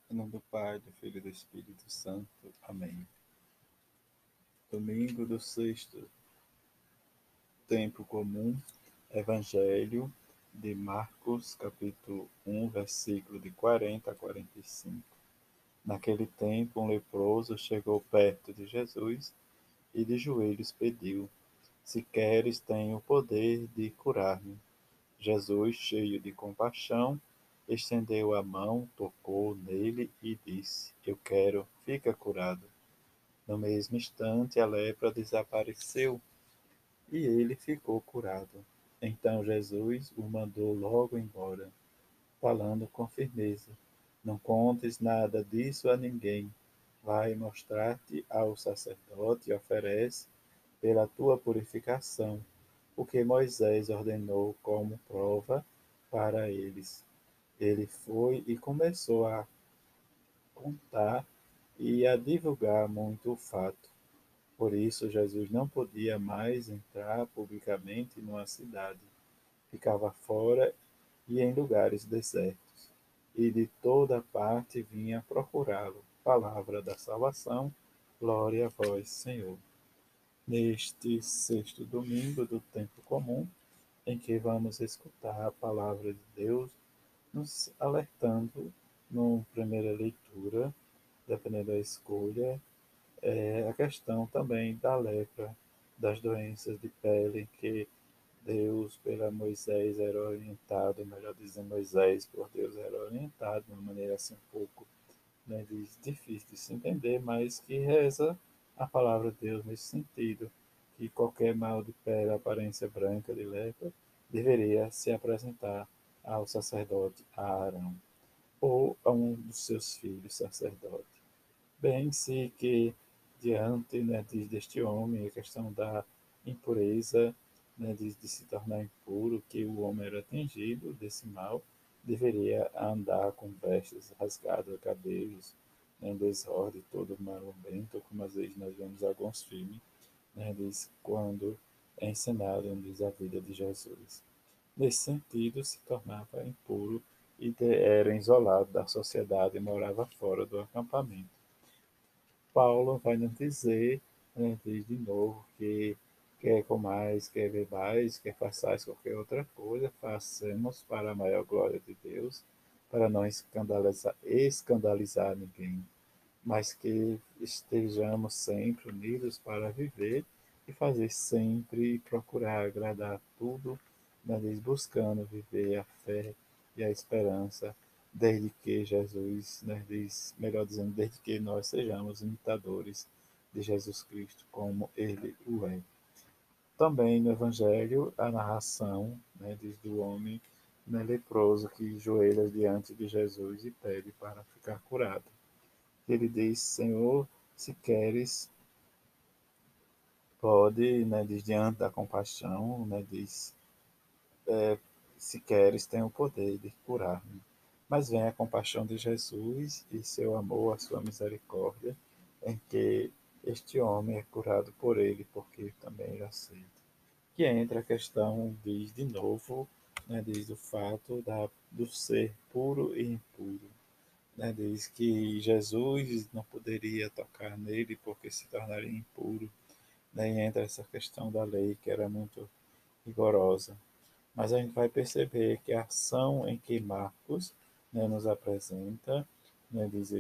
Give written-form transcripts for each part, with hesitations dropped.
Em nome do Pai, do Filho e do Espírito Santo. Amém. Domingo do sexto tempo comum, Evangelho de Marcos, capítulo 1, versículo de 40 a 45. Naquele tempo, um leproso chegou perto de Jesus e de joelhos pediu: Se queres, tenho o poder de curar-me. Jesus, cheio de compaixão, estendeu a mão, tocou nele e disse: Eu quero, fica curado. No mesmo instante, a lepra desapareceu e ele ficou curado. Então Jesus o mandou logo embora, falando com firmeza: Não contes nada disso a ninguém. Vai mostrar-te ao sacerdote e oferece, pela tua purificação, o que Moisés ordenou como prova para eles. Ele foi e começou a contar e a divulgar muito o fato. Por isso, Jesus não podia mais entrar publicamente numa cidade. Ficava fora e em lugares desertos. E de toda parte vinha procurá-lo. Palavra da salvação. Glória a vós, Senhor. Neste sexto domingo do tempo comum, em que vamos escutar a palavra de Deus, nos alertando, numa primeira leitura, dependendo da escolha, a questão também da lepra, das doenças de pele que Deus, pela Moisés, era orientado, melhor dizendo, Moisés, por Deus, era orientado de uma maneira assim um pouco, né, difícil de se entender, mas que reza a palavra de Deus nesse sentido, que qualquer mal de pele, aparência branca de lepra, deveria se apresentar ao sacerdote Arão, ou a um dos seus filhos sacerdotes. Bem-se que, diante, né, deste homem, a questão da impureza, né, de se tornar impuro, que o homem era atingido desse mal, deveria andar com vestes rasgadas, cabelos, né, em desordem, todo maromento, como às vezes nós vemos em alguns filmes, né, diz, quando é encenado, diz, a vida de Jesus. Nesse sentido, se tornava impuro e era isolado da sociedade e morava fora do acampamento. Paulo vai nos dizer, né, diz de novo, que quer comais, quer bebais, quer façais qualquer outra coisa, façamos para a maior glória de Deus, para não escandalizar ninguém, mas que estejamos sempre unidos para viver e fazer sempre e procurar agradar tudo, né, diz, buscando viver a fé e a esperança, desde que Jesus, né, diz, melhor dizendo, desde que nós sejamos imitadores de Jesus Cristo como ele o é. Também no Evangelho, a narração, né, diz, do homem, né, leproso que joelha diante de Jesus e pede para ficar curado. Ele diz: Senhor, se queres, pode, né, diz, diante da compaixão, né, diz, se queres, tem o poder de curar-me. Mas vem a compaixão de Jesus e seu amor, a sua misericórdia, em que este homem é curado por ele, porque também ele aceita. Que entra a questão, diz de novo, né, diz o fato do ser puro e impuro. Né, diz que Jesus não poderia tocar nele porque se tornaria impuro. Daí entra essa questão da lei, que era muito rigorosa. Mas a gente vai perceber que a ação em que Marcos, né, nos apresenta, né, diz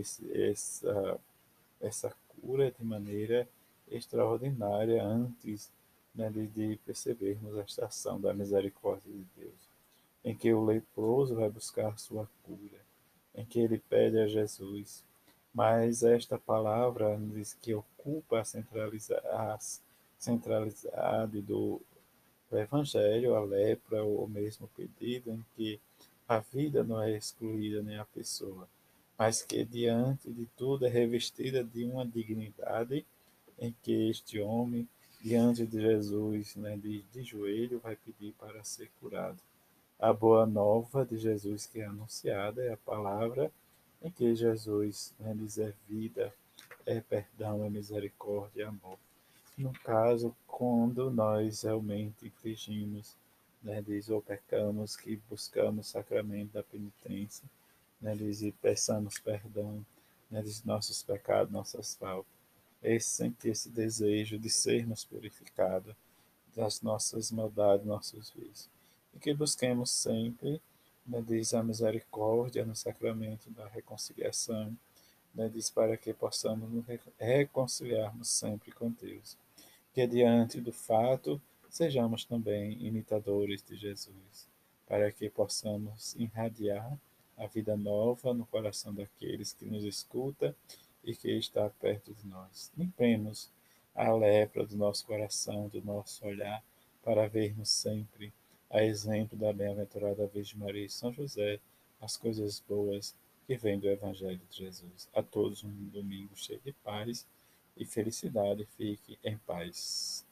essa cura de maneira extraordinária antes, né, de percebermos esta ação da misericórdia de Deus, em que o leproso vai buscar sua cura, em que ele pede a Jesus. Mas esta palavra diz que ocupa a centralidade do Evangelho, a lepra, ou mesmo pedido, em que a vida não é excluída nem a pessoa, mas que diante de tudo é revestida de uma dignidade em que este homem, diante de Jesus, né, de joelho, vai pedir para ser curado. A boa nova de Jesus que é anunciada é a palavra em que Jesus, né, diz é vida, é perdão, é misericórdia, é amor. No caso, quando nós realmente infringimos, né, diz, ou pecamos, que buscamos o sacramento da penitência, né, diz, e peçamos perdão, né, dos nossos pecados, nossas faltas. Sentir esse desejo de sermos purificados das nossas maldades, nossos vícios. E que busquemos sempre, né, diz, a misericórdia no sacramento da reconciliação, né, diz, para que possamos nos reconciliarmos sempre com Deus. Que diante do fato sejamos também imitadores de Jesus, para que possamos irradiar a vida nova no coração daqueles que nos escuta e que está perto de nós. Limpemos a lepra do nosso coração, do nosso olhar, para vermos sempre, a exemplo da bem-aventurada Virgem Maria e São José, as coisas boas que vêm do Evangelho de Jesus. A todos um domingo cheio de paz e felicidade. Fique em paz.